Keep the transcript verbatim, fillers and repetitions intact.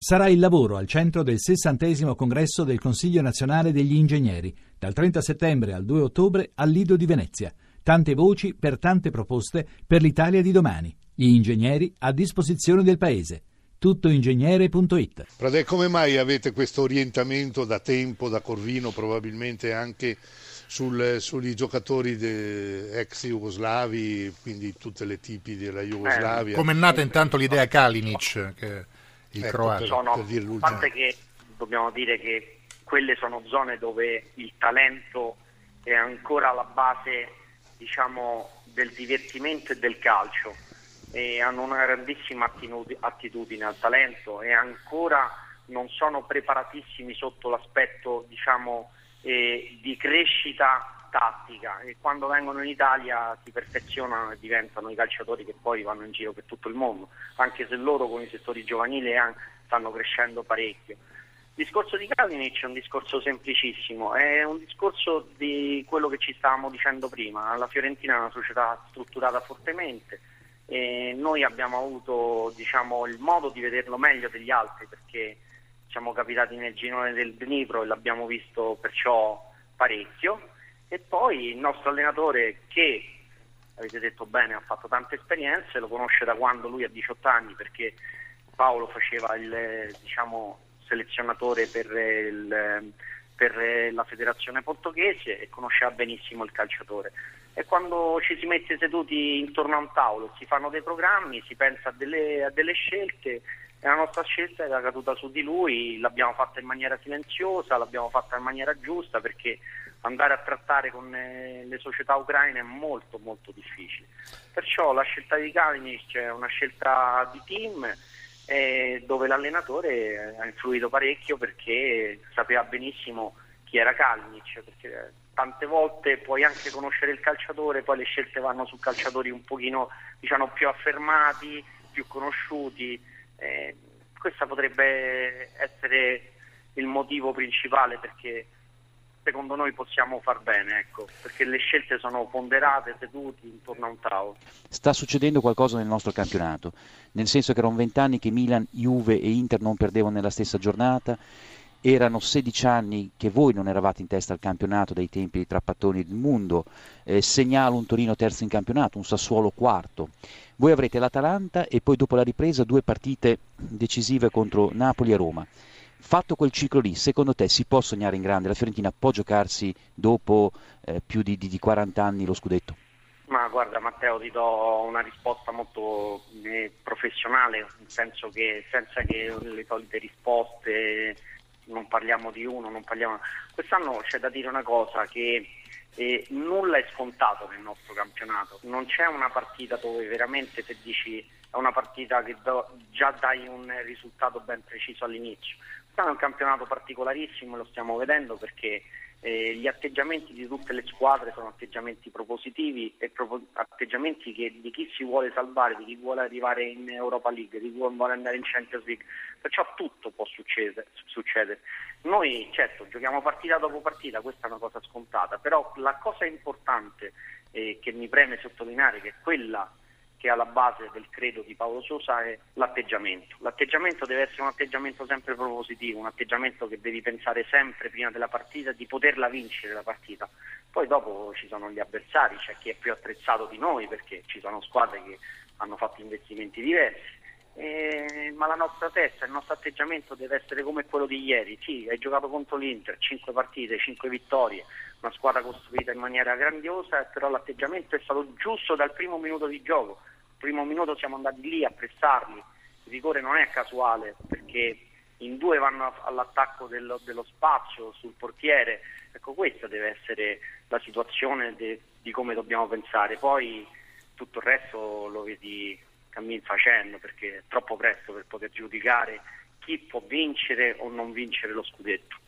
Sarà il lavoro al centro del sessantesimo congresso del Consiglio Nazionale degli Ingegneri, dal trenta settembre al due ottobre al Lido di Venezia. Tante voci per tante proposte per l'Italia di domani. Gli ingegneri a disposizione del Paese. tuttoingegnere punto it. Pradè, come mai avete questo orientamento da tempo, da Corvino, probabilmente anche sul, sugli giocatori ex jugoslavi, quindi tutte le tipi della Jugoslavia? Eh, Come è nata intanto l'idea Kalinic, che il ecco, croato? Per, sono, per dire a parte che dobbiamo dire che quelle sono zone dove il talento è ancora alla base, diciamo, del divertimento e del calcio, e hanno una grandissima attitudine al talento e ancora non sono preparatissimi sotto l'aspetto, diciamo, eh, di crescita tattica, e quando vengono in Italia si perfezionano e diventano i calciatori che poi vanno in giro per tutto il mondo, anche se loro con i settori giovanili stanno crescendo parecchio. Il discorso di Kalinic è un discorso semplicissimo, è un discorso di quello che ci stavamo dicendo prima. La Fiorentina è una società strutturata fortemente e noi abbiamo avuto, diciamo, il modo di vederlo meglio degli altri, perché siamo capitati nel girone del Dnipro e l'abbiamo visto perciò parecchio. E poi il nostro allenatore, che avete detto bene, ha fatto tante esperienze, lo conosce da quando lui ha diciotto anni, perché Paolo faceva il, diciamo, selezionatore per, il, per la federazione portoghese e conosceva benissimo il calciatore. E quando ci si mette seduti intorno a un tavolo, si fanno dei programmi, si pensa a delle, a delle scelte, e la nostra scelta era caduta su di lui, l'abbiamo fatta in maniera silenziosa, l'abbiamo fatta in maniera giusta, perché andare a trattare con eh, le società ucraine è molto molto difficile. Perciò la scelta di Kalinic è una scelta di team, eh, dove l'allenatore ha influito parecchio, perché sapeva benissimo chi era Kalinic, perché tante volte puoi anche conoscere il calciatore, poi le scelte vanno su calciatori un pochino, diciamo, più affermati, più conosciuti. Eh, questo potrebbe essere il motivo principale perché secondo noi possiamo far bene, ecco, perché le scelte sono ponderate, seduti intorno a un tavolo. Sta succedendo qualcosa nel nostro campionato, nel senso che erano vent'anni che Milan, Juve e Inter non perdevano nella stessa giornata, erano sedici anni che voi non eravate in testa al campionato dai tempi di Trapattoni del mondo, eh, segnalo un Torino terzo in campionato, un Sassuolo quarto. Voi avrete l'Atalanta e poi dopo la ripresa due partite decisive contro Napoli e Roma. Fatto quel ciclo lì, secondo te si può sognare in grande? La Fiorentina può giocarsi dopo eh, più di, di, di quaranta anni lo scudetto? Ma guarda Matteo, ti do una risposta molto eh, professionale, nel senso che senza che le solite risposte, non parliamo di uno, non parliamo... Quest'anno c'è da dire una cosa, che eh, nulla è scontato nel nostro campionato, non c'è una partita dove veramente te dici è una partita che do, già dai un risultato ben preciso all'inizio. Questo è un campionato particolarissimo, lo stiamo vedendo perché eh, gli atteggiamenti di tutte le squadre sono atteggiamenti propositivi e propo- atteggiamenti che di chi si vuole salvare, di chi vuole arrivare in Europa League, di chi vuole andare in Champions League, perciò tutto può succedere. succedere. Noi certo giochiamo partita dopo partita, questa è una cosa scontata, però la cosa importante eh, che mi preme sottolineare, che è quella che è alla base del credo di Paolo Sousa, è l'atteggiamento. L'atteggiamento deve essere un atteggiamento sempre propositivo, un atteggiamento che devi pensare sempre prima della partita di poterla vincere la partita. Poi dopo ci sono gli avversari, c'è chi è più attrezzato di noi perché ci sono squadre che hanno fatto investimenti diversi, eh, ma la nostra testa, il nostro atteggiamento deve essere come quello di ieri. Sì, hai giocato contro l'Inter, cinque partite, cinque vittorie, una squadra costruita in maniera grandiosa, però l'atteggiamento è stato giusto dal primo minuto di gioco. Primo minuto siamo andati lì a pressarli, il rigore non è casuale perché in due vanno all'attacco dello, dello spazio sul portiere. Ecco, questa deve essere la situazione de, di come dobbiamo pensare, poi tutto il resto lo vedi cammin facendo, perché è troppo presto per poter giudicare chi può vincere o non vincere lo scudetto.